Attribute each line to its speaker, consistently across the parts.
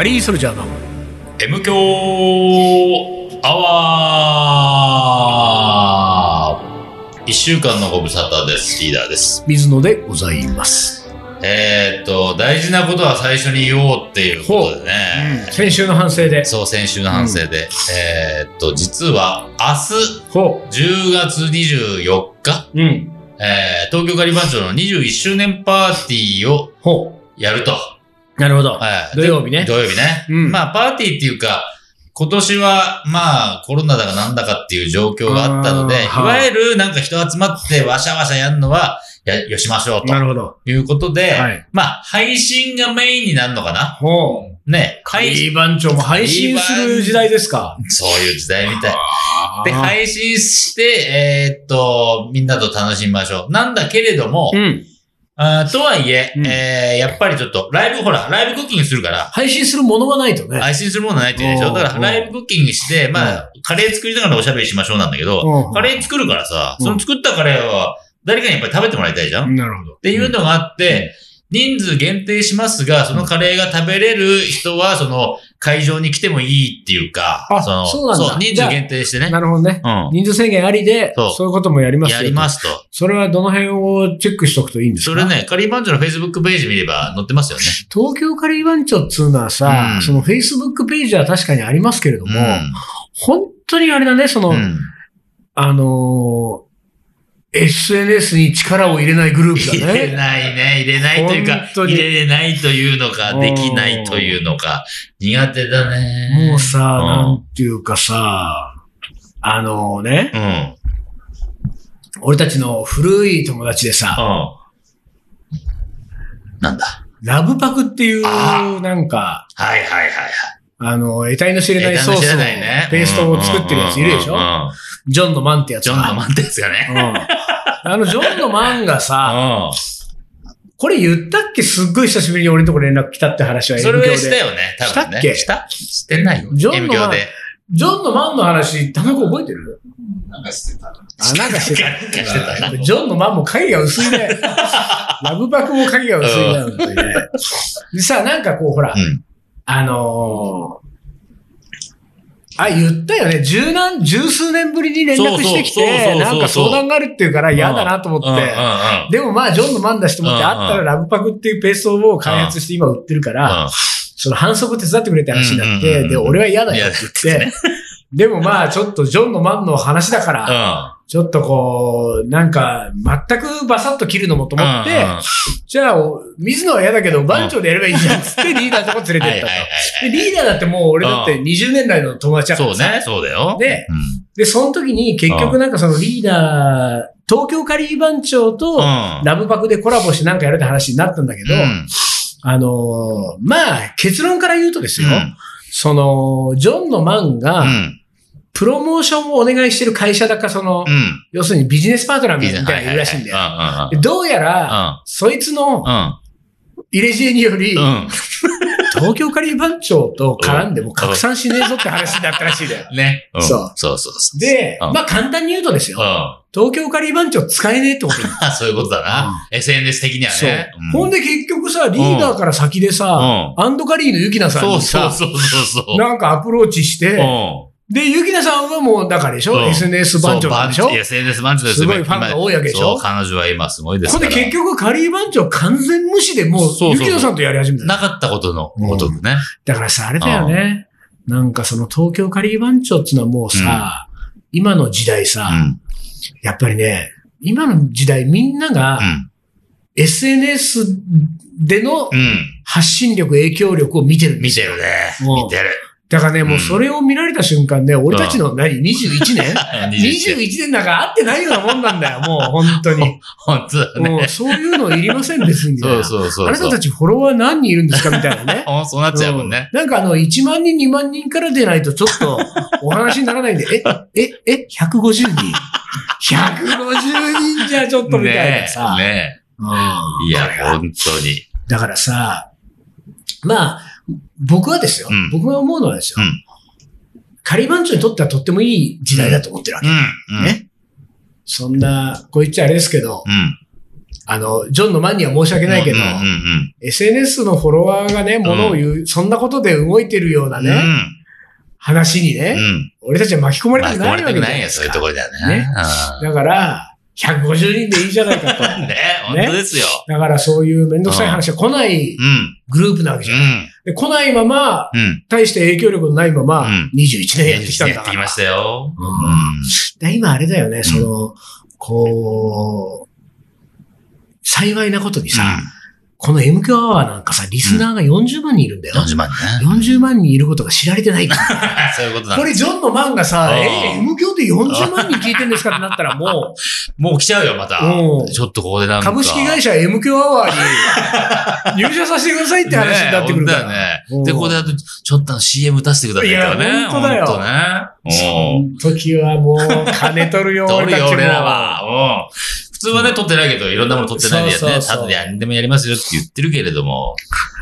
Speaker 1: リーソルジャーの
Speaker 2: M 強アワー。1週間のご無沙汰です。リーダーです。
Speaker 1: 水野でございます。
Speaker 2: 大事なことは最初に言おうっていうことでね。
Speaker 1: 先週の反省で。
Speaker 2: そう、先週の反省で。実は明日、10月24日、東京カリバン町の21周年パーティーをやると。
Speaker 1: なるほど。土曜日ね。
Speaker 2: 土曜日ね。まあ、パーティーっていうか、今年は、まあ、コロナだかなんだかっていう状況があったので、いわゆるなんか人集まってわしゃわしゃやるのは、よしましょうと。なるほど。いうことで、まあ、配信がメインになるのかな。ね。
Speaker 1: カリバン町も配信する時代ですか。
Speaker 2: そういう時代みたい。で、配信して、みんなと楽しみましょう。なんだけれども、とはいえ、やっぱりちょっと、ライブクッキングするから。
Speaker 1: 配信するものがないとね。
Speaker 2: 配信するものがないとでしょ。だから、ライブクッキングして、まあ、カレー作りながらおしゃべりしましょうなんだけど、カレー作るからさ、その作ったカレーは、誰かにやっぱり食べてもらいたいじゃん。
Speaker 1: なるほど。
Speaker 2: っていうのがあって、人数限定しますが、そのカレーが食べれる人は、その会場に来てもいいっていうか、
Speaker 1: そうなんだ。
Speaker 2: そう、人数限定してね。
Speaker 1: なるほどね。人数制限ありで、そういうこともやりますよ。
Speaker 2: やりますと。
Speaker 1: それはどの辺をチェックしとくといいんですか？
Speaker 2: それね、カリー番長の Facebook ページ見れば載ってますよね。
Speaker 1: 東京カリー番長っつうのはさ、その Facebook ページは確かにありますけれども、本当にあれだね、SNS に力を入れないグループだね。
Speaker 2: 入れないね。入れないというか、入れれないというのか、できないというのか、苦手だね。
Speaker 1: もうさ、なんていうかさ、俺たちの古い友達でさ、
Speaker 2: なんだ。
Speaker 1: ラブパクっていう、なんか、
Speaker 2: はい。
Speaker 1: 得体の知れないソースのペーストを作ってるやついるでしょ？ジョンのマンってやつ。
Speaker 2: ジョンのマンってやつがね。
Speaker 1: ジョンのマンがさ、これ言ったっけ？すっごい久しぶりに俺のところ連絡来たって話は
Speaker 2: M 響で。それしたよね、多分ね。
Speaker 1: したっけ？
Speaker 2: してないよ。
Speaker 1: ジョンのマンの話、田中覚えてる？
Speaker 2: なんかしてた。
Speaker 1: なんかしてた。ジョンのマンも影が薄いね。ラブパクも影が薄いな、本当にね。でさ、なんかこう、ほら、言ったよね。十数年ぶりに連絡してきて、なんか相談があるっていうから嫌だなと思って。でもまあ、ジョンのマンだしと思って、あったらラブパクっていうペーストを開発して今売ってるから、その反則手伝ってくれって話になって、で、俺は嫌だよって言って、でもまあ、ちょっとジョンのマンの話だから、ちょっとこう、なんか、全くバサッと切るのもと思って、じゃあ、水野は嫌だけど、番長でやればいいじゃんつってリーダーのとこ連れてったと。で、リーダーだってもう俺だって20年来の友達だからさ。
Speaker 2: そうね、そうだよ。
Speaker 1: で、その時に結局なんかそのリーダー、東京カリー番長とラブパクでコラボしてなんかやるって話になったんだけど、まあ、結論から言うとですよ、その、ジョンのマンが、プロモーションをお願いしてる会社だか、要するにビジネスパートナーみたいなのがいるらしいんだよ。どうやら、そいつの入れ知恵により、東京カリー番長と絡んでも拡散しねえぞって話だったらしいんだよ。
Speaker 2: ね。そう。
Speaker 1: で、まあ簡単に言うとですよ。東京カリー番長使えねえってことだ。
Speaker 2: そういうことだな。SNS 的にはね。
Speaker 1: ほんで結局さ、リーダーから先でさ、アンドカリーのユキナさんにさ、なんかアプローチして、で、ユキナさんはもう、だからでしょ？ SNS 番長なんでしょ？
Speaker 2: SNS 番長です
Speaker 1: よ。すごいファンが多いわけでしょ？
Speaker 2: そう、彼女は今すごいですから。
Speaker 1: これ結局カリー番長完全無視でもう、ユキナさんとやり始めた。
Speaker 2: なかったことのことでね。
Speaker 1: だからさ、あれだよね。なんかその東京カリー番長っていうのはもうさ、今の時代さ、やっぱりね、今の時代みんなが、SNS での発信力、影響力を見てるんですよ。
Speaker 2: 見てる。
Speaker 1: だからね、もうそれを見られた瞬間ね、俺たちの21年 ?21 年なんか会ってないようなもんなんだよ、もう本当に。
Speaker 2: 本当だね。
Speaker 1: もうそういうのいりません別に。
Speaker 2: そう。
Speaker 1: あなたたちフォロワー何人いるんですかみたいなね。
Speaker 2: そうなっちゃうもんね。
Speaker 1: なんか1万人、2万人からでないとちょっとお話にならないんで、150人 ?150 人じゃちょっとみたいなさ。
Speaker 2: いや、本当に。
Speaker 1: だからさ、まあ、僕はですよ。僕が思うのはですよ。カリー番長にとってはとってもいい時代だと思ってるわけ。ね。そんな、こう言っちゃあれですけど、 ジョンのマンには申し訳ないけど、SNS のフォロワーがね、ものを言う、そんなことで動いてるようなね、話にね、俺たちは巻き込まれたくないわけじゃないですか。
Speaker 2: 巻き込まれたくないよ、そういうところだよね。
Speaker 1: だから、150人でいいじゃないかと。
Speaker 2: ね、本当ですよ。
Speaker 1: だからそういうめんどくさい話が来ないグループなわけじゃん。で来ないまま、大して影響力のないまま、21年やってきたんだから。
Speaker 2: やってきましたよ。
Speaker 1: 今あれだよね、幸いなことにさ、この MQ アワーなんかさ、リスナーが40万人いるんだよ。
Speaker 2: 40万ね。
Speaker 1: 40万人いることが知られてない。
Speaker 2: そういうことなん
Speaker 1: これジョンのマンがさ、MQ で40万人聞いてるんですかってなったらも
Speaker 2: う来ちゃうよ、また。ちょっとここでなんか。
Speaker 1: 株式会社 MQ アワーに入社させてくださいって話になってくるから。
Speaker 2: ね。で、ここでちょっと CM 打たせてくださいとかね。
Speaker 1: いや、本当だよ。
Speaker 2: 本当ね。
Speaker 1: その時はもう、金取るよ、
Speaker 2: 取るよ、俺らは。普通はね、取ってないけど、いろんなもの取ってないでね、ただで何でもやりますよって言ってるけれども。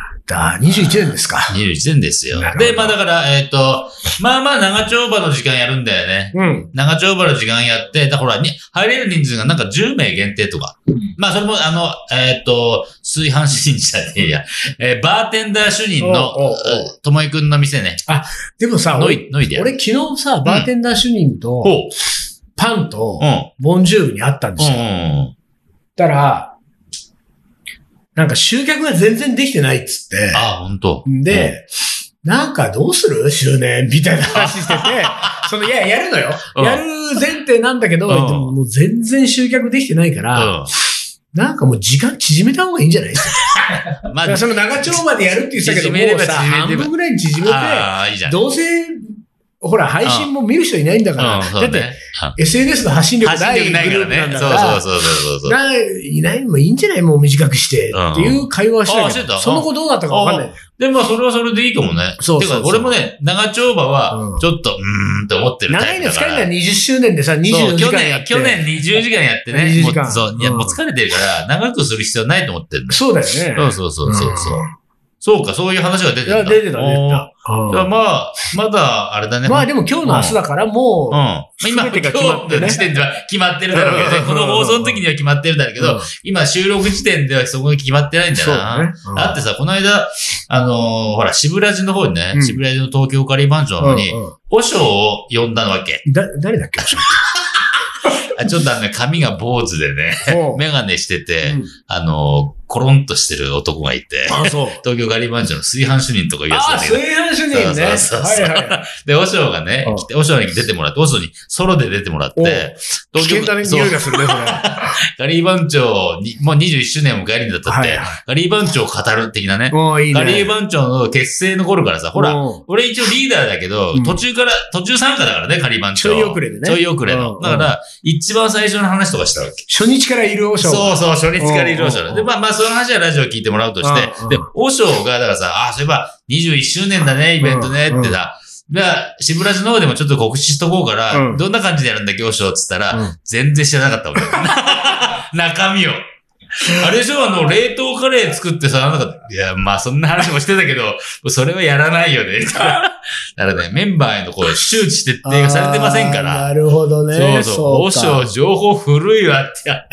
Speaker 1: 21年ですか。
Speaker 2: 21年ですよ。で、だから、まあまあ長丁場の時間やるんだよね。長丁場の時間やって、だから入れる人数がなんか10名限定とか。まあそれも炊飯主任じゃねえや。バーテンダー主任の、ともいくんの店ね。
Speaker 1: でもさ、俺昨日さ、バーテンダー主任と、パンと、ボンジュールに会ったんですよ。たら、なんか集客が全然できてないっつって。
Speaker 2: 本当。
Speaker 1: で、なんかどうする周年みたいな話してて、やるのよ。やる前提なんだけど、でももう全然集客できてないから、なんかもう時間縮めた方がいいんじゃないですか。まあ、その長丁場でやるって言ってたけど、もうさ、半分ぐらいに縮めて、どうせ、ほら、配信も見る人いないんだから。だって、SNS の発信力ないグループなんだから。そう。いないのもいいんじゃないもう短くして。っていう会話をしてた。その後どうなったかわかんない。
Speaker 2: でも、それはそれでいいかもね。てか、俺もね、長丁場は、ちょっと、って思ってるタイプだから。
Speaker 1: 長いの疲れたら20周年でさ、24時間やって。
Speaker 2: 去年20時間やってね。20時間。そう。いや、もう疲れてるから、長くする必要ないと思ってるんだよ。
Speaker 1: そうだよね。
Speaker 2: そう。そうか、そういう話が出てた。
Speaker 1: 出てた。
Speaker 2: まあ、まだ、あれだね。
Speaker 1: まあでも今日の明日だからも
Speaker 2: う、今、今日の時点では決まってるだろうけどね。この放送の時には決まってるだろうけど、今収録時点ではそこが決まってないんだな。だってさ、この間、ほら、渋ラジの方にね、渋ラジの東京カリー番長の方に、和尚を呼んだわけ。
Speaker 1: 誰だっけ和尚
Speaker 2: ちょっと髪が坊主でね、メガネしてて、コロンとしてる男がいて、東京ガリバンジョの炊飯主任とかいうやつだけど。
Speaker 1: 炊飯主任ね。
Speaker 2: そう。で、和尚がね、和尚に出てもらって、和尚にソロで出てもらって、
Speaker 1: 東京ガリ匂いがするね、それ。
Speaker 2: ガリバン長に、もう21周年を迎えるんだったって、ガリバン長を語る的なね。ガリバン長の結成の頃からさ、ほら、俺一応リーダーだけど、途中参加だからね、ガリバン長。
Speaker 1: ちょい遅れでね。
Speaker 2: ちょい遅れの。だから、一番最初の話とかしたわけ。
Speaker 1: 初日からいる和尚。
Speaker 2: そう、初日からいる和尚。で、まあ、その話はラジオ聞いてもらうとして、で、和尚が、だからさ、そういえば、21周年だね、イベントね、ってさ、渋ラジの方でもちょっと告知しとこうから、どんな感じでやるんだっけ、和尚っつったら、全然知らなかった俺。中身を。あれでしょ冷凍カレー作ってさ、なんか、いや、まあそんな話もしてたけど、それはやらないよね。だからね、メンバーへの周知徹底がされてませんから。
Speaker 1: なるほどね。
Speaker 2: 和尚、情報古いわってやって。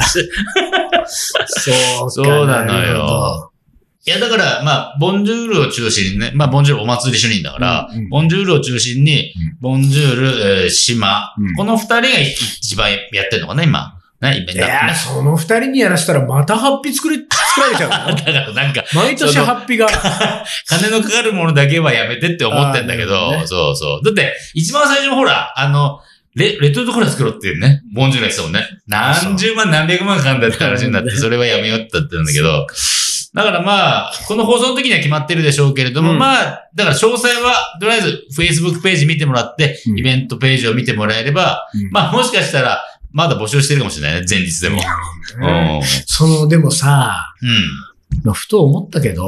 Speaker 2: そうなのよ。いや、だから、まあ、ボンジュールを中心にね、まあ、ボンジュールお祭り主任だから、ボンジュールを中心に、ボンジュール、島、この二人が一番やってるのかな、今。イベント。いや、
Speaker 1: その二人にやらせたらまたハッピー作られちゃうの
Speaker 2: だからなんか。
Speaker 1: 毎年ハッピーが。
Speaker 2: 金のかかるものだけはやめてって思ってんだけど、そう。だって、一番最初ほら、レトルトカレー作ろうっていうね、ボンジュールやつもんね。何十万何百万かかんだって話になって、それはやめようって言ったんだけど、だからまあ、この放送の時には決まってるでしょうけれども、まあ、だから詳細は、とりあえず Facebook ページ見てもらって、イベントページを見てもらえれば、まあもしかしたら、まだ募集してるかもしれないね、前日でも。
Speaker 1: でもさ、ふと思ったけど、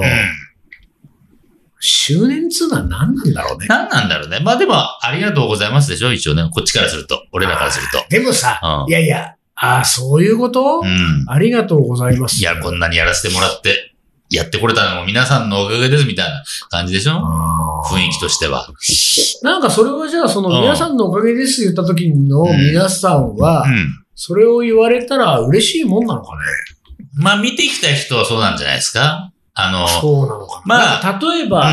Speaker 1: 周年通のは何なんだろうね。
Speaker 2: 何なんだろうね。まあでも、ありがとうございますでしょ、一応ね。こっちからすると。俺らからすると。
Speaker 1: でもさ、いやいや、そういうこと、ありがとうございます。
Speaker 2: いや、こんなにやらせてもらって、やってこれたのも皆さんのおかげですみたいな感じでしょ、雰囲気としては。
Speaker 1: なんかそれはじゃあ、皆さんのおかげです言った時の皆さんは、それを言われたら嬉しいもんなのかね。
Speaker 2: まあ見てきた人はそうなんじゃないですか。
Speaker 1: そうなのかな。
Speaker 2: ま
Speaker 1: あ、例えば、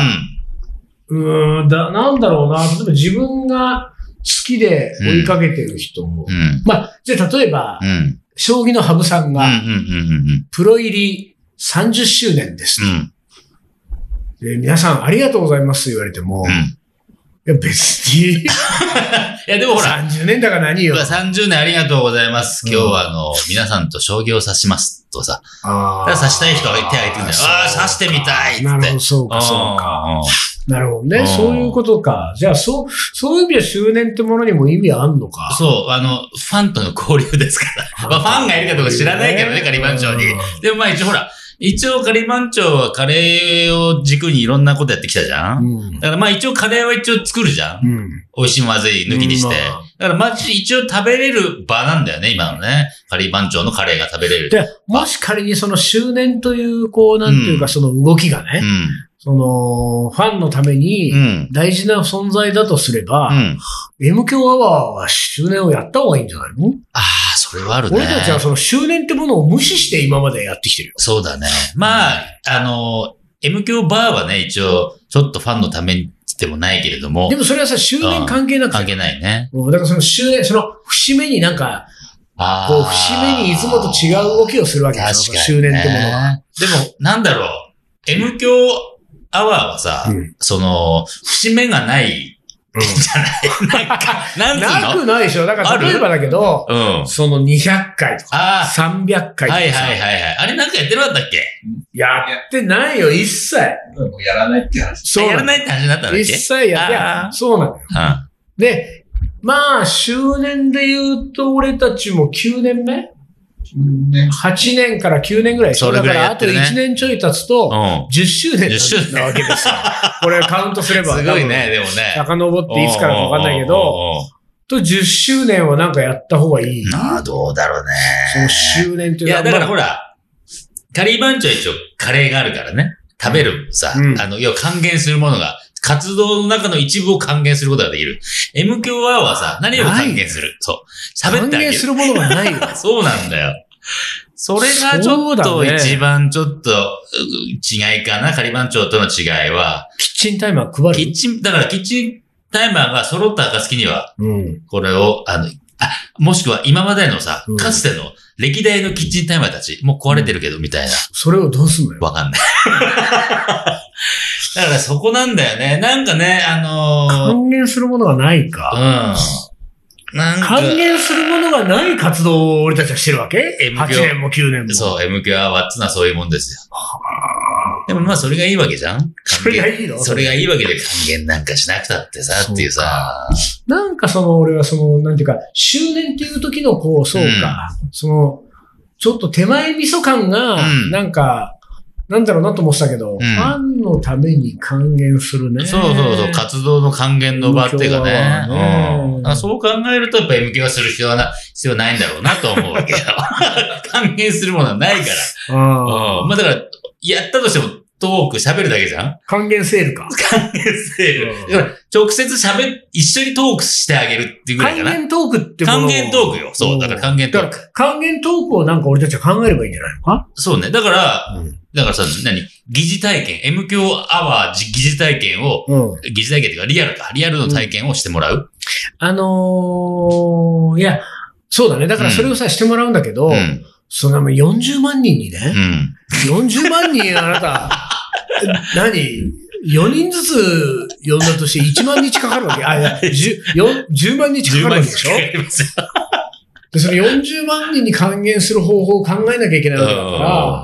Speaker 1: なんだろうな、例えば自分が好きで追いかけてる人も、まあ、じゃあ例えば、将棋の羽生さんが、プロ入り30周年です。で、皆さんありがとうございますと言われても、いや別に。い
Speaker 2: やでもほら。
Speaker 1: 30年だから何よ。
Speaker 2: 30年ありがとうございます。今日は皆さんと将棋を指しますとさ。だから指したい人が手を挙げてるんだよ。指してみたいって。
Speaker 1: なるほど、そうか、そうか。なるほどね。そういうことか。じゃあ、そういう意味では周年ってものにも意味あんのか。
Speaker 2: そう、ファンとの交流ですから。まあ、ファンがいるかどうか知らないけどね、カリバン町に。でもまあ一応カリバン町はカレーを軸にいろんなことやってきたじゃん。だからまあ一応カレーは一応作るじゃん。美味しいまずい抜きにして。だからまじ一応食べれる場なんだよね、今のね。カリバン町のカレーが食べれる。
Speaker 1: で、もし仮にその周年という、なんていうかその動きがね、ファンのために大事な存在だとすれば、M 強アワーは周年をやった方がいいんじゃないの？
Speaker 2: ああ、それはあるね。
Speaker 1: 俺たちはその周年ってものを無視して今までやってきてるよ。
Speaker 2: そうだね。まあ、M 強バーはね、一応、ちょっとファンのためにでもないけれども。
Speaker 1: でもそれはさ、周年関係なくて。
Speaker 2: 関係ないね。
Speaker 1: だからその周年、その節目になんか、節目にいつもと違う動きをするわけですよ。周年ってものは。
Speaker 2: でも、なんだろう。M 強アワーはさ、節目がないじゃないなんつうの？
Speaker 1: なくないでしょ。だから例えばだけど、その200回とか、300回とか。
Speaker 2: はい。あれなんかやってなかったっけ？
Speaker 1: やってないよ、一切。
Speaker 3: もうやらないって話。
Speaker 2: そう。やらないって話になったんだっけ？
Speaker 1: 一切やって、そうなのよ。で、まあ、周年で言うと、俺たちも9年目？8年から9年ぐらいでしょ。
Speaker 2: それぐらい
Speaker 1: だからあと1年ちょい経つと、10周年なわけですよ。これカウントすれば。
Speaker 2: すごいね、でもね。
Speaker 1: 遡っていつからかわかんないけど、と10周年はなんかやった方がいい。
Speaker 2: どうだろうね。
Speaker 1: その周年っていうのは。
Speaker 2: いや、だからほら、カリー番長は一応カレーがあるからね。食べるさ、要は還元するものが、活動の中の一部を還元することができる。M 強アワーはさ、何を還元する？そう。喋ってあげる。
Speaker 1: 還元するものがないよ。
Speaker 2: そうなんだよ。それがちょっと一番ちょっと違いかな、カリバン町との違いは。
Speaker 1: キッチンタイマー配る？
Speaker 2: だからキッチンタイマーが揃った暁には、これを、もしくは今までのさ、かつての歴代のキッチンタイマーたち、もう壊れてるけど、みたいな。
Speaker 1: それをどうすんのよ。
Speaker 2: わかんない。だからそこなんだよね。なんかね、
Speaker 1: 還元するものがないか。還元するものがない活動を俺たちはしてるわけ？ 8 年も9年も。
Speaker 2: そう、M 強アワーってのはそういうもんですよ。でもまあそれがいいわけじゃん？
Speaker 1: それがいいの？
Speaker 2: それがいいわけで還元なんかしなくたってさ、っていうさ。
Speaker 1: なんか俺はなんていうか、周年っていう時のそうか、ちょっと手前味噌感が、なんか、なんだろうなと思ってたけど、ファンのために還元するね。
Speaker 2: そう。活動の還元の場っていうかね。そう考えると、やっぱ M 強はする必要ないんだろうなと思うわけよ。還元するものはないから。まあだから、やったとしてもトーク喋るだけじゃん？
Speaker 1: 還元セールか。
Speaker 2: 還元セール。直接一緒にトークしてあげるっていうぐらいかな。
Speaker 1: 還元トークって
Speaker 2: 還元トークよ。そう、だから還元トーク。
Speaker 1: 還元トークをなんか俺たちは考えればいいんじゃないのか？
Speaker 2: そうね。だからさ、疑似体験、M 強アワー疑似体験を、疑似体験っていうかリアルの体験をしてもらう？
Speaker 1: いや、そうだね。だからそれをさ、してもらうんだけど、40万人にね、40万人あなた、4人ずつ呼んだとして1万日かかるわけ。10万日かかるわけでしょ？で、その40万人に還元する方法を考えなきゃいけないわけだから。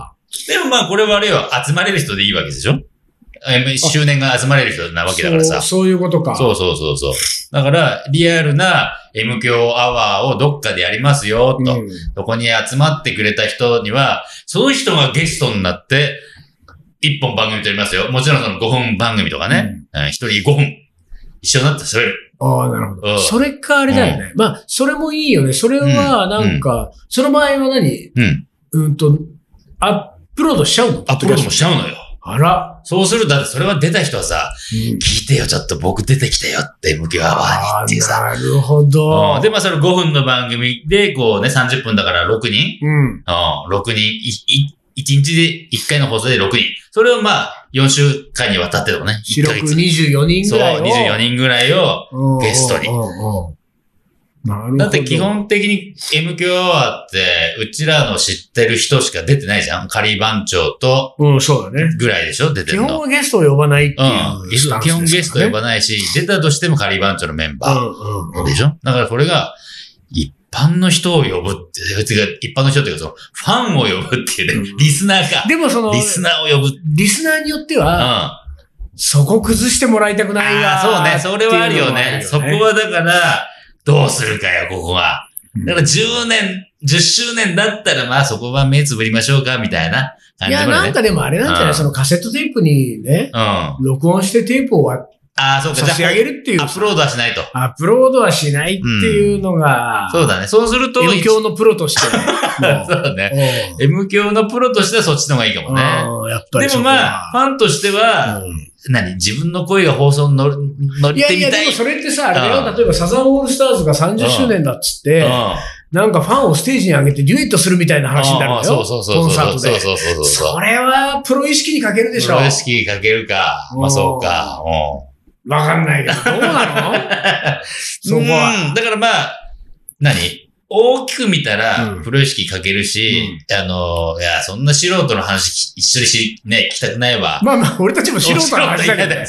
Speaker 2: でもまあこれはあれよ、集まれる人でいいわけでしょ？周年が集まれる人なわけだからさ。
Speaker 1: そういうことか。
Speaker 2: そう。だから、リアルな M 強アワーをどっかでやりますよ、と。そこに集まってくれた人には、その人がゲストになって、1本番組撮りますよ。もちろんその5分番組とかね。1人5分。一緒になって喋る。
Speaker 1: ああ、なるほど。それかあれだよね。まあ、それもいいよね。それは、なんか、その場合は何？アップロードしちゃうの？
Speaker 2: アップロードもしちゃうのよ。
Speaker 1: あら、
Speaker 2: そうすると、だってそれは出た人はさ、聞いてよ、ちょっと僕出てきたよって、MQ アワーにっていうさ。
Speaker 1: なるほど。
Speaker 2: で、まあそれ5分の番組で、こうね、30分だから6人。6人、1日で1回の放送で6人。それをまあ、4週間にわたってとかね。
Speaker 1: 4、6、24人ぐらいを。
Speaker 2: そう、24人ぐらいをゲストに。
Speaker 1: なるほど。
Speaker 2: だって基本的に MQ アワーって、うちらの知ってる人しか出てないじゃん。仮番長と。
Speaker 1: そうだね。
Speaker 2: ぐらいでしょ出てるの。
Speaker 1: 基本はゲストを呼ばないっていうスタンスですからね。
Speaker 2: 基本ゲストを呼ばないし、出たとしても仮番長のメンバー。でしょだからこれが、一般の人を呼ぶって、一般の人っていうか、ファンを呼ぶっていうね、リスナーか。
Speaker 1: でも
Speaker 2: リスナーを呼ぶ。
Speaker 1: リスナーによっては、そこ崩してもらいたくないわ。
Speaker 2: そうね、それはあるよね。そこはだから、どうするかよ、ここは。だから10周年だったら、まあそこは目つぶりましょうか、みたいな感じで、ね。いや、
Speaker 1: なんかでもあれなんじゃない、そのカセットテープにね、録音してテープを
Speaker 2: そうか、
Speaker 1: 差し上げるっていう。
Speaker 2: アップロードはしないと。
Speaker 1: アップロードはしないっていうのが、
Speaker 2: そうだね。そうすると、
Speaker 1: M 教のプロとして。
Speaker 2: そうね。M 教のプロとしてはそっちの方がいいかもね。
Speaker 1: やっぱり
Speaker 2: でもまあ、ファンとしては、自分の声が放送に乗ってみたい。いやいや、
Speaker 1: でもそれってさ、あれだよ、例えばサザンオールスターズが30周年だっつって、なんかファンをステージに上げてデュエットするみたいな話になるんだよ。
Speaker 2: そう。
Speaker 1: コンサートで。それはプロ意識に欠けるでしょ。
Speaker 2: プロ意識に欠けるか。まあそうか。
Speaker 1: わかんないけど、どうなのそこは。
Speaker 2: だからまあ、大きく見たら、プロ意識かけるし、いや、そんな素人の話一緒に聞きたくないわ。
Speaker 1: まあまあ、俺たちも素人の話だけど。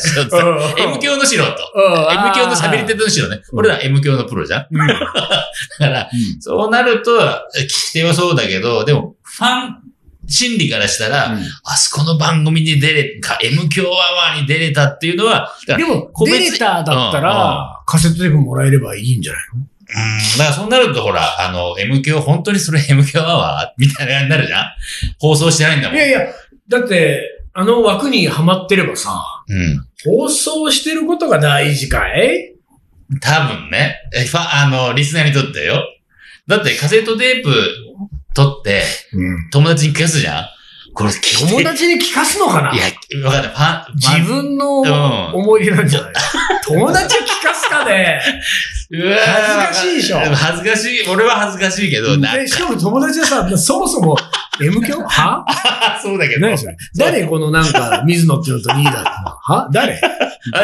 Speaker 2: M 教の素人。M 教のサビリテッドの素人ね。俺ら M 教のプロじゃん。だから、そうなると、聞き手はそうだけど、でも、ファン、心理からしたら、あそこの番組にM 教アワーに出れたっていうのは、
Speaker 1: でも、出れただったら、カセットテープもらえればいいんじゃないの？
Speaker 2: だからそうなるとほら、M 教、本当にそれ M 教アワーみたいな感じになるじゃん？放送してないんだもん。
Speaker 1: いやいや、だって、枠にはまってればさ、放送してることが大事かい？
Speaker 2: 多分ね。リスナーにとってよ。だってカセットテープ撮って、友達に聞かすじゃん？これ
Speaker 1: 友達に聞かすのかな？
Speaker 2: いや、わかんない。
Speaker 1: 自分の思い出なんじゃない？友達に聞かすかね？恥ずかしいでしょ？
Speaker 2: 恥ずかしい。俺は恥ずかしいけど。
Speaker 1: しかも友達はさ、そもそも M 教は
Speaker 2: そうだけど。
Speaker 1: 何それ？誰このなんか、水野っていうのとリーダーっては誰？
Speaker 2: だから、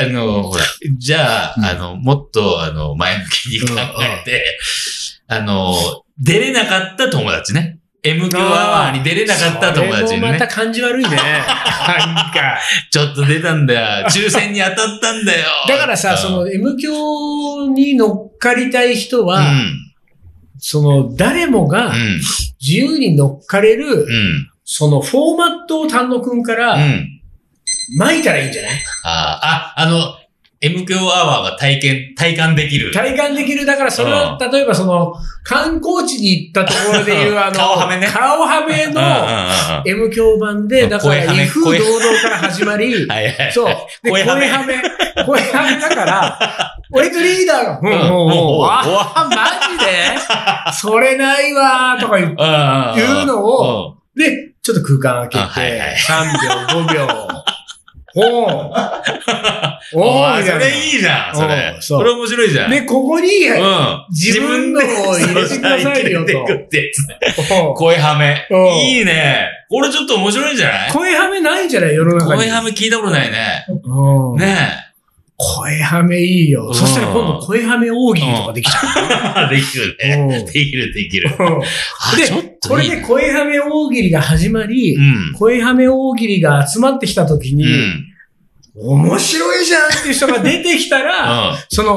Speaker 2: ほら、じゃあ、もっと、前向きに考えて、出れなかった友達ね。M 教アワーに出れなかった友達にね。
Speaker 1: それもまた感じ悪いね。なんか。
Speaker 2: ちょっと出たんだよ。抽選に当たったんだよ。
Speaker 1: だからさ、その M 教に乗っかりたい人は、誰もが自由に乗っかれる、そのフォーマットを丹野くんから、巻いたらいいんじゃない？
Speaker 2: M 教アワーが体感できる。
Speaker 1: 体感できる。だからそれは、例えば観光地に行ったところでいう
Speaker 2: 顔はめね。
Speaker 1: 顔はめの M 教版で、だから威風堂々から始まり、そう。で、声はめだから、俺とリーダーが、マジでそれないわーとか言うのを、で、ちょっと空間開けて、3秒、5秒、そ
Speaker 2: れいいじゃん、それ。それ面白いじゃん。
Speaker 1: で、ここに、自分のを入れてくださいよと。
Speaker 2: 声はめ。いいね。これちょっと面白いんじゃない？
Speaker 1: 声はめないんじゃない世の中に。
Speaker 2: 声はめ聞いたことないね。ねえ。
Speaker 1: 声はめいいよ。そしたら今度声はめ大喜利とかできちゃう。
Speaker 2: できるね。できる。
Speaker 1: で、これで声はめ大喜利が始まり、声はめ大喜利が集まってきたときに、面白いじゃんっていう人が出てきたら、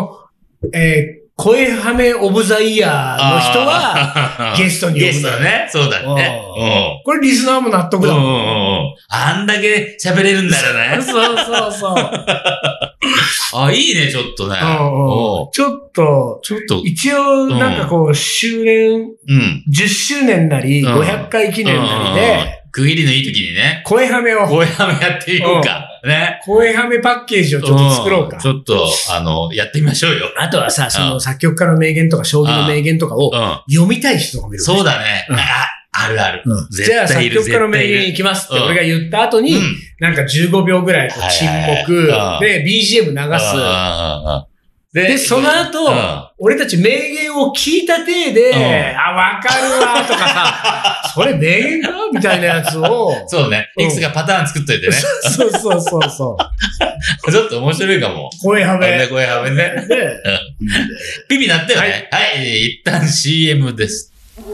Speaker 1: 声はめオブザイヤーの人は、ゲストに呼ぶ。
Speaker 2: ゲストだね。そうだね。
Speaker 1: これリスナーも納得だもん。
Speaker 2: あんだけ喋れるんだよね。
Speaker 1: そう。
Speaker 2: いいね、ちょっとね。
Speaker 1: ちょっと、一応、なんか周年、10周年なり、500回記念なりで、
Speaker 2: 区切りのいい時にね。
Speaker 1: 声はめや
Speaker 2: ってみようか。ね。
Speaker 1: 声はめパッケージをちょっと作ろうか。
Speaker 2: ちょっと、やってみましょうよ。
Speaker 1: あとはさ、作曲家の名言とか、将棋の名言とかを読みたい人が見る。
Speaker 2: そうだね。 あるある。
Speaker 1: じゃあ作曲家の名言いきますって俺が言った後に、なんか15秒ぐらい沈黙で BGM 流す。で、その後、俺たち名言を聞いた体で、わかるわとかさ、それ名言かみたいなやつを。
Speaker 2: そうね。いくつかパターン作っといてね。
Speaker 1: そう。ち
Speaker 2: ょっと面白いかも。
Speaker 1: 声はめ。
Speaker 2: 声はめね。ピピなったよね。はい、一旦 CM です。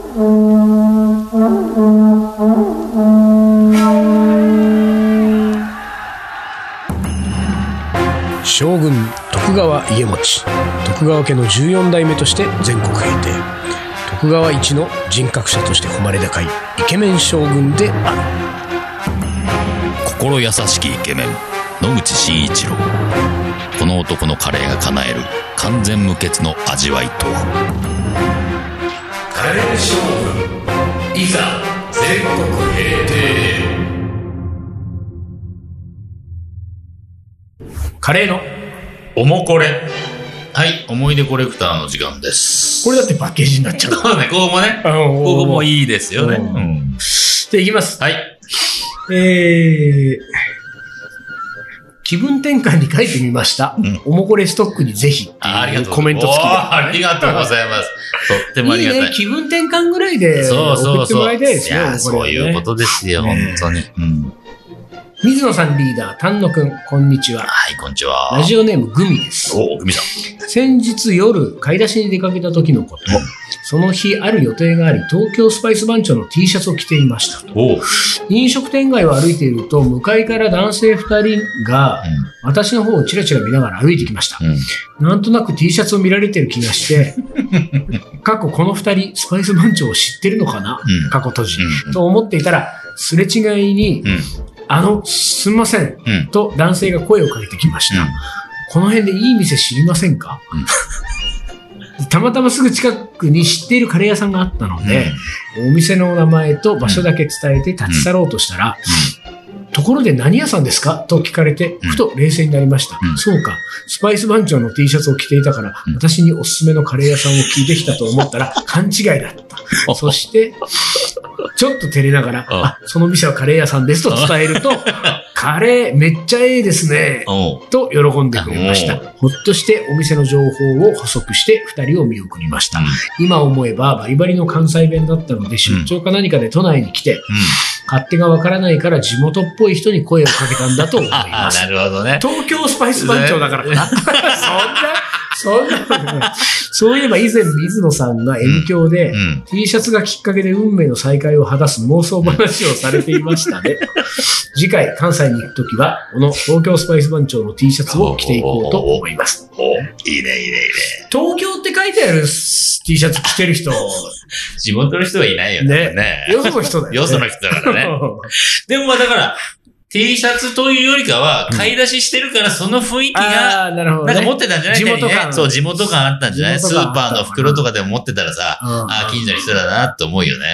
Speaker 1: 将軍徳川家茂、徳川家の14代目として全国平定、徳川一の人格者として誉れ高いイケメン将軍である。
Speaker 4: 心優しきイケメン野口真一郎。この男のカレーが叶える完全無欠の味わいとは。
Speaker 2: カレー将軍いざ全国平定。
Speaker 1: カレーの
Speaker 2: おもこれ。はい、思い出コレクターの時間です。
Speaker 1: これだってパッケージになっちゃう。
Speaker 2: そうね、ここもね。ここもいいですよね。
Speaker 1: じゃあいきます。
Speaker 2: はい。
Speaker 1: 気分転換に書いてみました。おもこれストックにぜひ。
Speaker 2: ありがとう。
Speaker 1: コメント付きで。
Speaker 2: ありがとうございます。とってもありがたい。
Speaker 1: いいね、気分転換ぐらいで送ってもらいたいですね。
Speaker 2: そういうことですよ、本当に。
Speaker 1: 水野さんリーダー、丹野くん、こんにちは。
Speaker 2: はい、こんにちは。
Speaker 1: ラジオネームグミです。
Speaker 2: グミさん。
Speaker 1: 先日夜、買い出しに出かけた時のこと、その日ある予定があり、東京スパイス番長の T シャツを着ていました。飲食店街を歩いていると、向かいから男性2人が、私の方をチラチラ見ながら歩いてきました。なんとなく T シャツを見られてる気がして、過去この2人、スパイス番長を知ってるのかな、過去閉じ、と思っていたら、すれ違いに、すんません、と男性が声をかけてきました。この辺でいい店知りませんか？たまたますぐ近くに知っているカレー屋さんがあったので、お店の名前と場所だけ伝えて立ち去ろうとしたら、ところで何屋さんですかと聞かれて、ふと冷静になりました。そうか、スパイス番長の T シャツを着ていたから、私におすすめのカレー屋さんを聞いてきたと思ったら、勘違いだった。そして、ちょっと照れながら、その店はカレー屋さんですと伝えると、カレーめっちゃええですね、と喜んでくれました。ほっとしてお店の情報を補足して2人を見送りました。今思えばバリバリの関西弁だったので、出張か何かで都内に来て、勝手がわからないから地元っぽい人に声をかけたんだと思います。
Speaker 2: なるほどね。
Speaker 1: 東京スパイス番長だからかな。そういえば以前水野さんが M 響で T シャツがきっかけで運命の再会を果たす妄想話をされていましたね。次回関西に行くときはこの東京スパイス番長の T シャツを着ていこうと思います。
Speaker 2: いいね。
Speaker 1: 東京って書いてある T シャツ着てる人。
Speaker 2: 地元の人はいないよね。
Speaker 1: よその人だよね。
Speaker 2: よその人だからね。でもだから、T シャツというよりかは、買い出ししてるからその雰囲気が、なんか持ってたんじゃない？
Speaker 1: 地元感。
Speaker 2: そう、地元感あったんじゃない？スーパーの袋とかでも持ってたらさ、近所の人だなって思うよね。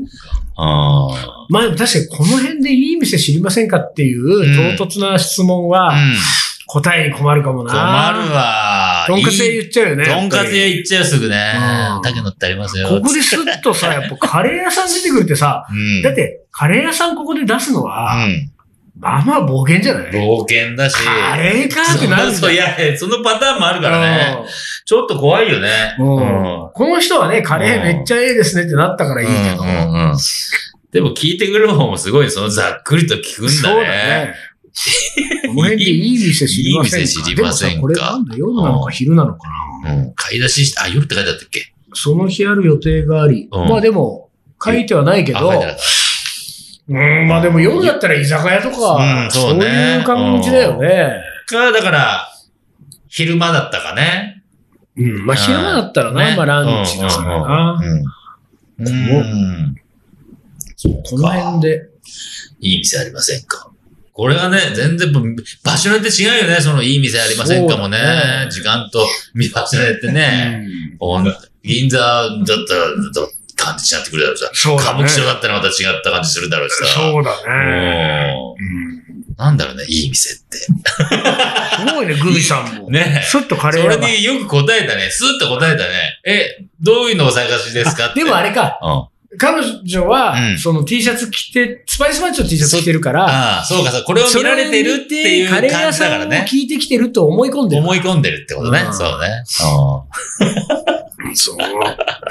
Speaker 1: まあ確かにこの辺でいい店知りませんかっていう唐突な質問は、答えに困るかもな。
Speaker 2: 困るわ。
Speaker 1: とんかつ屋言っちゃうよね。
Speaker 2: とんかつ屋言っちゃうすぐね。竹野ってありますよ。
Speaker 1: ここでスッとさ、やっぱカレー屋さん出てくるってさ、だってカレー屋さんここで出すのは、まあまあ冒険じゃない？
Speaker 2: 冒険だし。
Speaker 1: カレーかってなるんだ。
Speaker 2: いや、そのパターンもあるからね。ちょっと怖いよね。
Speaker 1: この人はね、カレーめっちゃいいですねってなったからいいけど。
Speaker 2: でも聞いてくる方もすごい、そのざっくりと聞くんだね。
Speaker 1: そうだね。この辺でいい店知りませんか？
Speaker 2: いい店知りませんか？
Speaker 1: でもさ、これなんだ、夜なのか昼なのかな？
Speaker 2: 買い出しして、夜って書いてあったっけ？
Speaker 1: その日ある予定があり。まあでも、書いてはないけど、まあでも夜だったら居酒屋とか、そういう感じだよね。
Speaker 2: だから、昼間だったかね。
Speaker 1: まあ昼間だったらな、まあランチだからな。この辺で。
Speaker 2: いい店ありませんか？これはね、全然、場所によって違うよね。そのいい店ありませんかもね。時間と場所によってね。銀座だったら、感じになってくるだろうさ。歌舞伎町だったらまた違った感じするだろうしさ。
Speaker 1: そうだね。
Speaker 2: なんだろうね、いい店って。す
Speaker 1: ごいね、グミさんも。
Speaker 2: ね。
Speaker 1: スッとカレー
Speaker 2: それによく答えたね。スッと答えたね。どういうのをお探しですかって。
Speaker 1: でもあれか。 彼女は、その T シャツ着て、スパイスバンチの T シャツ着てるから、
Speaker 2: そうか、これを見られてるっていう感じだからね。カレー屋さんを聞い
Speaker 1: てきてると思い込んでる。
Speaker 2: 思い込んでるってことね。そうね。
Speaker 1: そうか。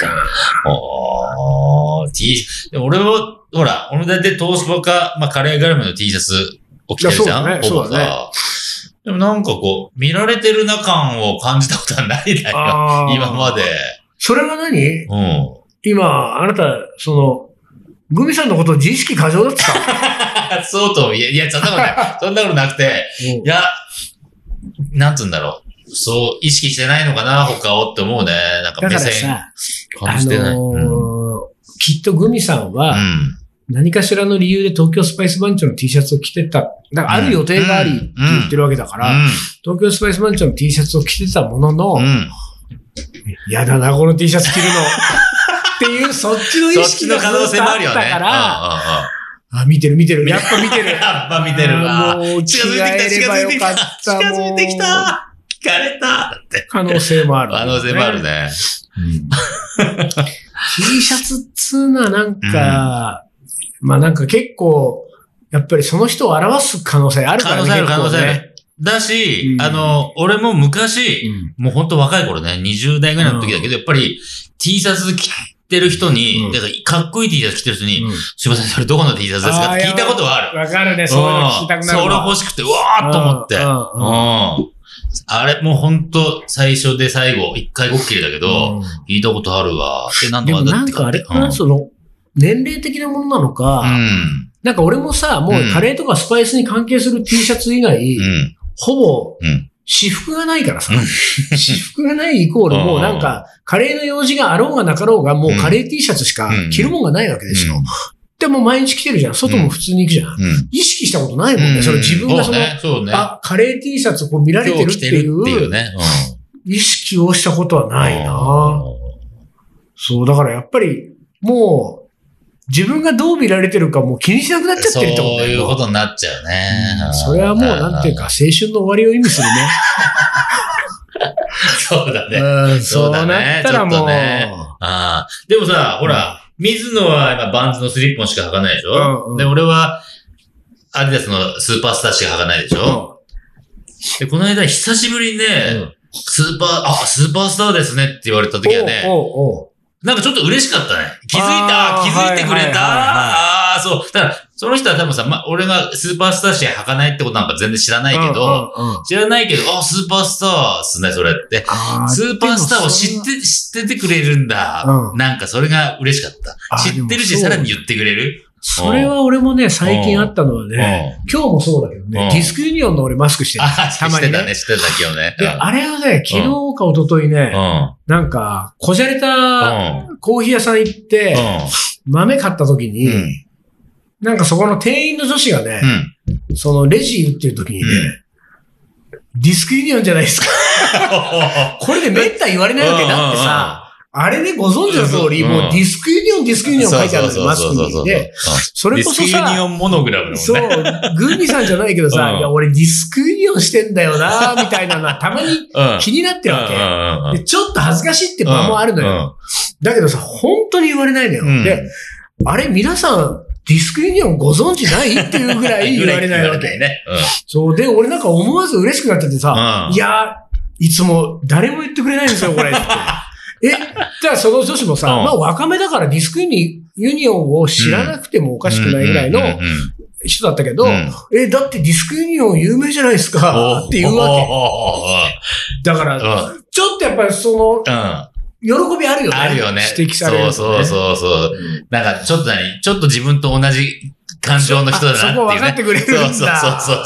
Speaker 2: でも俺は、ほら、俺だってトースポか、カレー絡みの T シャツを着てるじゃん。そうだね。でもなんかこう、見られてるな感を感じたことはないだよ。今まで。
Speaker 1: それは何？今、あなた、グミさんのこと自意識過剰だった
Speaker 2: そうと、いや、そんなことない。そんなことなくて、いや、なんつうんだろう。そう、意識してないのかな、他をって思うね。なんか目線感じてない。
Speaker 1: きっとグミさんは、何かしらの理由で東京スパイス番長の T シャツを着てた。だからある予定がありって言ってるわけだから、東京スパイス番長の T シャツを着てたものの、やだな、この T シャツ着るの。っていう、そっちの意識が
Speaker 2: 可能性もあるよね。
Speaker 1: だから、見てる。やっぱ見てる。
Speaker 2: やっぱ見てるわ。
Speaker 1: もう、近づいてきた。
Speaker 2: 近づいてきた。聞かれた。って。
Speaker 1: 可能性もある。
Speaker 2: 可能性もあるね。
Speaker 1: T シャツっつうのはなんか、なんか結構、やっぱりその人を表す可能性あるからね。
Speaker 2: 可能性ある。だし、俺も昔、もうほんと若い頃ね、20代ぐらいの時だけど、やっぱり T シャツ着てる人に、かっこいい T シャツ着てる人に、すいません、それどこの T シャツですかって聞いたことはある。
Speaker 1: わかるね、そういうの聞きたくなる。
Speaker 2: それ欲しくて、うわーっと思って。あれ、もうほんと、最初で最後、一回ごっきりだけど、聞いたことあるわ。
Speaker 1: でもなんかあれかな、年齢的なものなのか、なんか俺もさ、もうカレーとかスパイスに関係する T シャツ以外、ほぼ、私服がないからさ。私服がないイコールもうなんか、カレーの用事があろうがなかろうが、もうカレー T シャツしか着るもんがないわけでしょ。でも毎日着てるじゃん。外も普通に行くじゃん。意識したことないもんね。それ自分がカレー T シャツをこう見られてるっていう、意識をしたことはないな。そう、だからやっぱり、もう、自分がどう見られてるかもう気にしなくなっちゃってるってことだよ。
Speaker 2: そういうことになっちゃうね。
Speaker 1: それはもうなんていうか、青春の終わりを意味するね。
Speaker 2: そうだね。
Speaker 1: そうなったらもう。
Speaker 2: でもさ、ほら、水野は今バンズのスリッポンしか履かないでしょ、で、俺はアディダスのスーパースターしか履かないでしょ、で、この間久しぶりにね、スーパースターですねって言われた時はね、なんかちょっと嬉しかったね。気づいてくれた。そう。だから、その人は多分さ、俺がスーパースターしか履かないってことなんか全然知らないけど、スーパースターっすね、それって。スーパースターを知っててくれるんだ。なんかそれが嬉しかった。知ってるし、さらに言ってくれる。
Speaker 1: それは俺もね、最近あったのはね、今日もそうだけどね、ディスクユニオンの俺マスクしてる。
Speaker 2: たまにね。してた今日ね。
Speaker 1: で、あれはね、昨日か一昨日ね、なんか、こじゃれたコーヒー屋さん行って、豆買った時に、なんかそこの店員の女子がね、そのレジ打ってる時にね、ディスクユニオンじゃないですか。これでめった言われないわけだってさ、あれでご存知の通り、もうディスクユニオン書いてあるんですよ、マスクに。で、それこそさ、
Speaker 2: ディスクユニオンモノグラムのね。
Speaker 1: そう、グーミさんじゃないけどさ、いや、俺ディスクユニオンしてんだよな、みたいなのはたまに気になってるわけ。で、ちょっと恥ずかしいって場もあるのよ。だけどさ、本当に言われないのよ。で、あれ皆さん、ディスクユニオンご存知ないっていうぐらい言われないわけ。そう、で、俺なんか思わず嬉しくなっちゃってさ、いや、いつも誰も言ってくれないんですよ、これって。じゃあその女子もさ、若めだからディスクユニオンを知らなくてもおかしくないぐらいの人だったけど、だってディスクユニオン有名じゃないですかって言うわけ。だから、ちょっとやっぱりその、喜びあるよね。
Speaker 2: あるよね。
Speaker 1: 指摘される、ね。
Speaker 2: そう。なんかちょっと自分と同じ感情の人だなっていう、ね。
Speaker 1: そこ分かってくれるんだ。
Speaker 2: そう。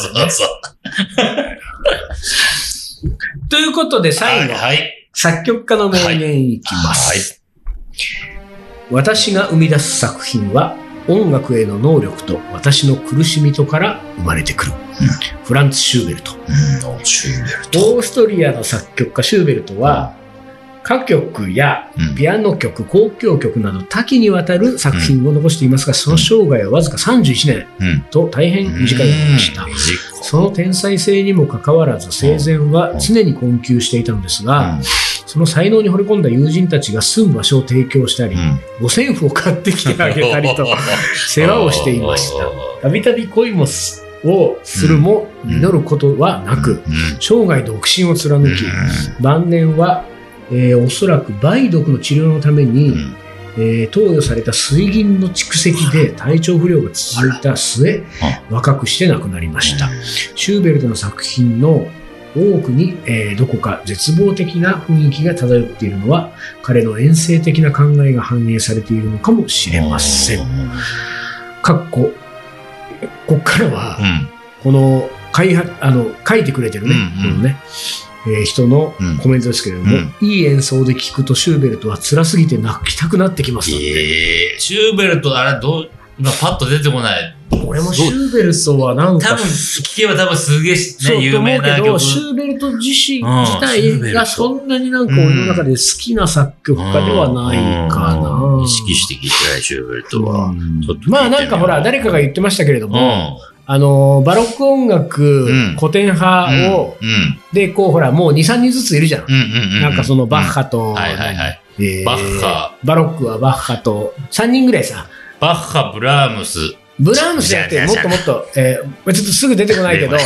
Speaker 1: ということで最後。作曲家の名言いきます。私が生み出す作品は音楽への能力と私の苦しみとから生まれてくる。フランツ・シューベルト。オーストリアの作曲家シューベルトは歌曲やピアノ曲、交響曲など多岐にわたる作品を残していますが、その生涯はわずか31年と大変短いものでした。その天才性にもかかわらず生前は常に困窮していたのですが、 その才能に惚れ込んだ友人たちが住む場所を提供したり、五線譜を買ってきてあげたりと世話をしていました。たびたび恋もをするも実ることはなく、生涯独身を貫き、晩年は、おそらく梅毒の治療のために、投与された水銀の蓄積で体調不良が続いた末、若くして亡くなりました。シューベルトの作品の多くに、どこか絶望的な雰囲気が漂っているのは、彼のэн世的な考えが反映されているのかもしれません。こっからは、この書いてくれてるね、このね、人のコメントですけれども、いい演奏で聴くとシューベルトは辛すぎて泣きたくなってきます。
Speaker 2: シューベルト、あれ今パッと出てこない。
Speaker 1: 俺もシューベルトはなんか
Speaker 2: 多分聞けば多分すげえね、有名な曲。
Speaker 1: シューベルト自身自体がそんなになんか俺の中で好きな作曲家ではないかな。
Speaker 2: 意識して聞いてないシューベルトは。
Speaker 1: まあなんかほら、誰かが言ってましたけれども、バロック音楽、古典派を、で、こうほら、もう2、3人ずついるじゃん。なんかそのバッハと、
Speaker 2: バ
Speaker 1: ロックはバッハと、3人ぐらいさ。
Speaker 2: バッハ、ブラームス
Speaker 1: やって、もっともっと、ちょっとすぐ出てこないけど、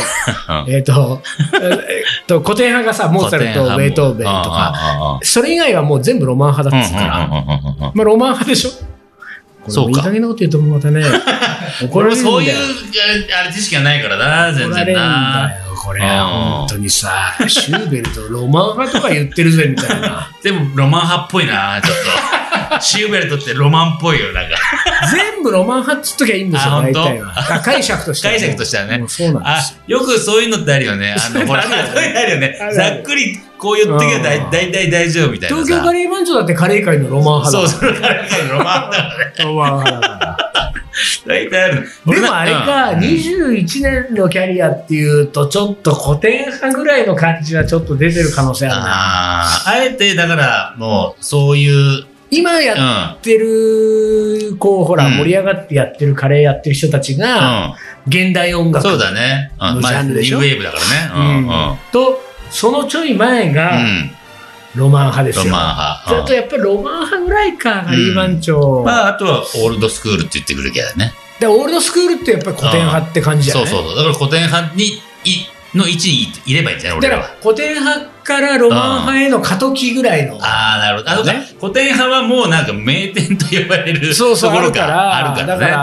Speaker 1: 古典派がさ、モーツァルト、ベートーベンとか、それ以外はもう全部ロマン派だったから、まあロマン派でしょ。そうか。いい加減なこと言うともまたね、
Speaker 2: 怒られるんだよ。そういう、知識がないからな、全然な。怒られるんだよ、
Speaker 1: これ。本当にさ、シューベルト、ロマン派とか言ってるぜ、みたいな。
Speaker 2: でも、ロマン派っぽいな、ちょっと。シューベルトってロマンっぽいよ、なんか。
Speaker 1: 全部ロマン派っつっときゃいいんですよ、大体は。解釈としては。
Speaker 2: 解釈としてはね。
Speaker 1: そうなんです。
Speaker 2: よくそういうのってあるよね。ほら、そういうのあるよね。ざっくりこう言ってけば大体大丈夫みたいな。
Speaker 1: 東京カレー番長だってカレー界のロマン派だ。
Speaker 2: そう、カレー界のロマン派だからね。
Speaker 1: ロマン派だから。
Speaker 2: 大体ある。
Speaker 1: でもあれか、21年のキャリアっていうと、ちょっと古典派ぐらいの感じはちょっと出てる可能性あるな。
Speaker 2: あえて、だから、もう、そういう、
Speaker 1: 今やってる、こう、ほら、盛り上がってやってるカレーやってる人たちが、現代音楽のジャンルでしょ。
Speaker 2: ニューウェーブだからね。
Speaker 1: と、そのちょい前が、ロマン派ですよ。
Speaker 2: ロマン派。
Speaker 1: ちょっとやっぱりロマン派ぐらいか、カリー番長。
Speaker 2: まあ、あとはオールドスクールって言ってくるけどね。
Speaker 1: で、オールドスクールってやっぱり古典派って感じじゃない？
Speaker 2: そう。だから古典派の位置にいればいいんじゃない？俺らは。
Speaker 1: だから古典派からロマン派への過渡期ぐらいの。
Speaker 2: なるほど。古典派はもうなんか名店と呼ばれるところがあるからね。
Speaker 1: だから、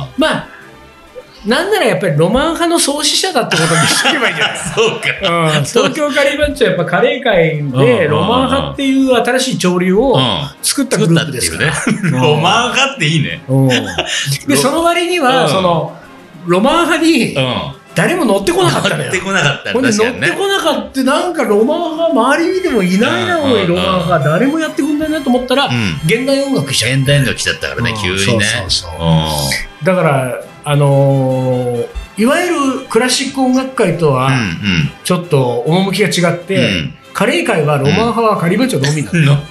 Speaker 1: まあ、なんならやっぱりロマン派の創始者だってことにしとけばいいんじゃない
Speaker 2: そうか。
Speaker 1: 東京カレー番長はやっぱカレー界でロマン派っていう新しい潮流を作ったグループですから。
Speaker 2: ロマン派っていいね。
Speaker 1: で、その割には、その、ロマン派に誰も乗ってこなかったのよ。
Speaker 2: 乗ってこなかった。
Speaker 1: 乗ってこなかった。なんかロマン派周りにでもいないな、おい、ロマン派。誰もやってくんないなと思ったら、現代音楽来ちゃった。
Speaker 2: 現代音楽来ちゃったからね、急にね。
Speaker 1: だから、いわゆるクラシック音楽界とはちょっと趣が違って、カレー界はロマン派はカリー番長のみなの。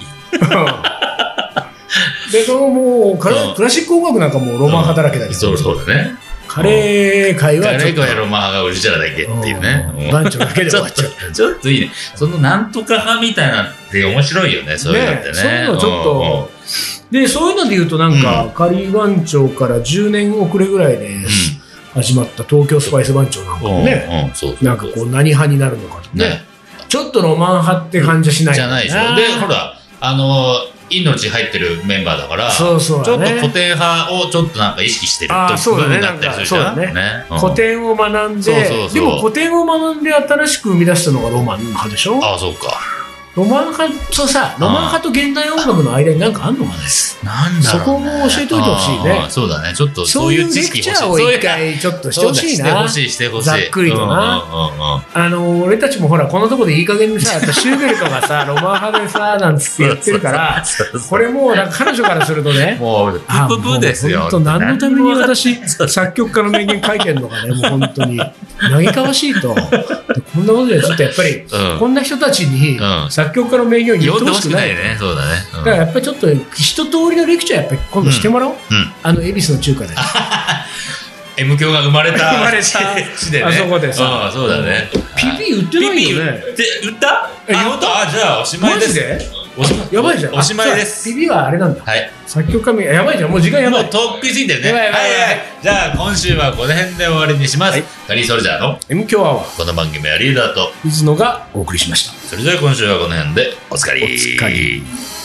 Speaker 1: で、もうクラシック音楽なんかもうロマン派だらけだけど、
Speaker 2: そうだね。
Speaker 1: カレー界は
Speaker 2: ちょっとロマン派がオリジナルだけっていうね。
Speaker 1: 番長だけで終わっちゃった。
Speaker 2: ちょっといいね。そのなんとか派みたいなって面白いよね、そういうのってね。
Speaker 1: そういうのちょっと、で、そういうので言うとなんか、カリー番長から10年遅れぐらいで始まった東京スパイス番長なんかもね、なんかこう何派になるのかとね。ちょっとロマン派って感じはしない。
Speaker 2: じゃないでしょ。で、ほら、命入ってるメンバーだから、ちょっと古典派をちょっとなんか意識してる部分だったりするじゃん。
Speaker 1: 古典を学んで、でも古典を学んで新しく生み出したのがロマン派でしょ。
Speaker 2: そうか。
Speaker 1: ロマン派とさ、ロマン派と現代音楽の間に何かあんのかね。
Speaker 2: なんだろう。
Speaker 1: そこも教えといてほしいね。
Speaker 2: そうだね。ちょっとそういう知識欲しい。
Speaker 1: そういうレクチャーを一回ちょっとしてほしいな。
Speaker 2: してほしい。
Speaker 1: ざっくりとな。俺たちもほら、このとこでいい加減にさ、シューベルトがさ、ロマン派でさ、なんつって言ってるから、これもうなんか彼女からするとね、
Speaker 2: もう、ププですよ。
Speaker 1: 本当何のために私、作曲家の名言書いてんのかね、もう本当に。嘆かわしいと。こんなことでちょっとやっぱり、こんな人たちに作曲家の名言を言ってほしくないね。
Speaker 2: そうだね。
Speaker 1: だからやっぱりちょっと一通りのレクチャーやっぱり今度してもらおう。恵比寿の中華で。
Speaker 2: M 響が生まれた地でね。
Speaker 1: あそこでさ。
Speaker 2: そうだね。
Speaker 1: ピ売ってないよね。
Speaker 2: 売った本当じゃあおしまいです。
Speaker 1: マジでやばいじゃん。
Speaker 2: おしまいです。
Speaker 1: ピピはあれなんだ。
Speaker 2: はい。
Speaker 1: 作曲家名、やばいじゃん。もう時間やばい。
Speaker 2: もうとっくに過ぎてるね。
Speaker 1: やばい。
Speaker 2: じゃあ今週はこの辺で終わりにします。カリーソルジャーの
Speaker 1: M 強アワー。
Speaker 2: この番組はリーダーと
Speaker 1: 水野がお送りしました。
Speaker 2: それでは今週はこの辺でおつかり。
Speaker 1: おつかり。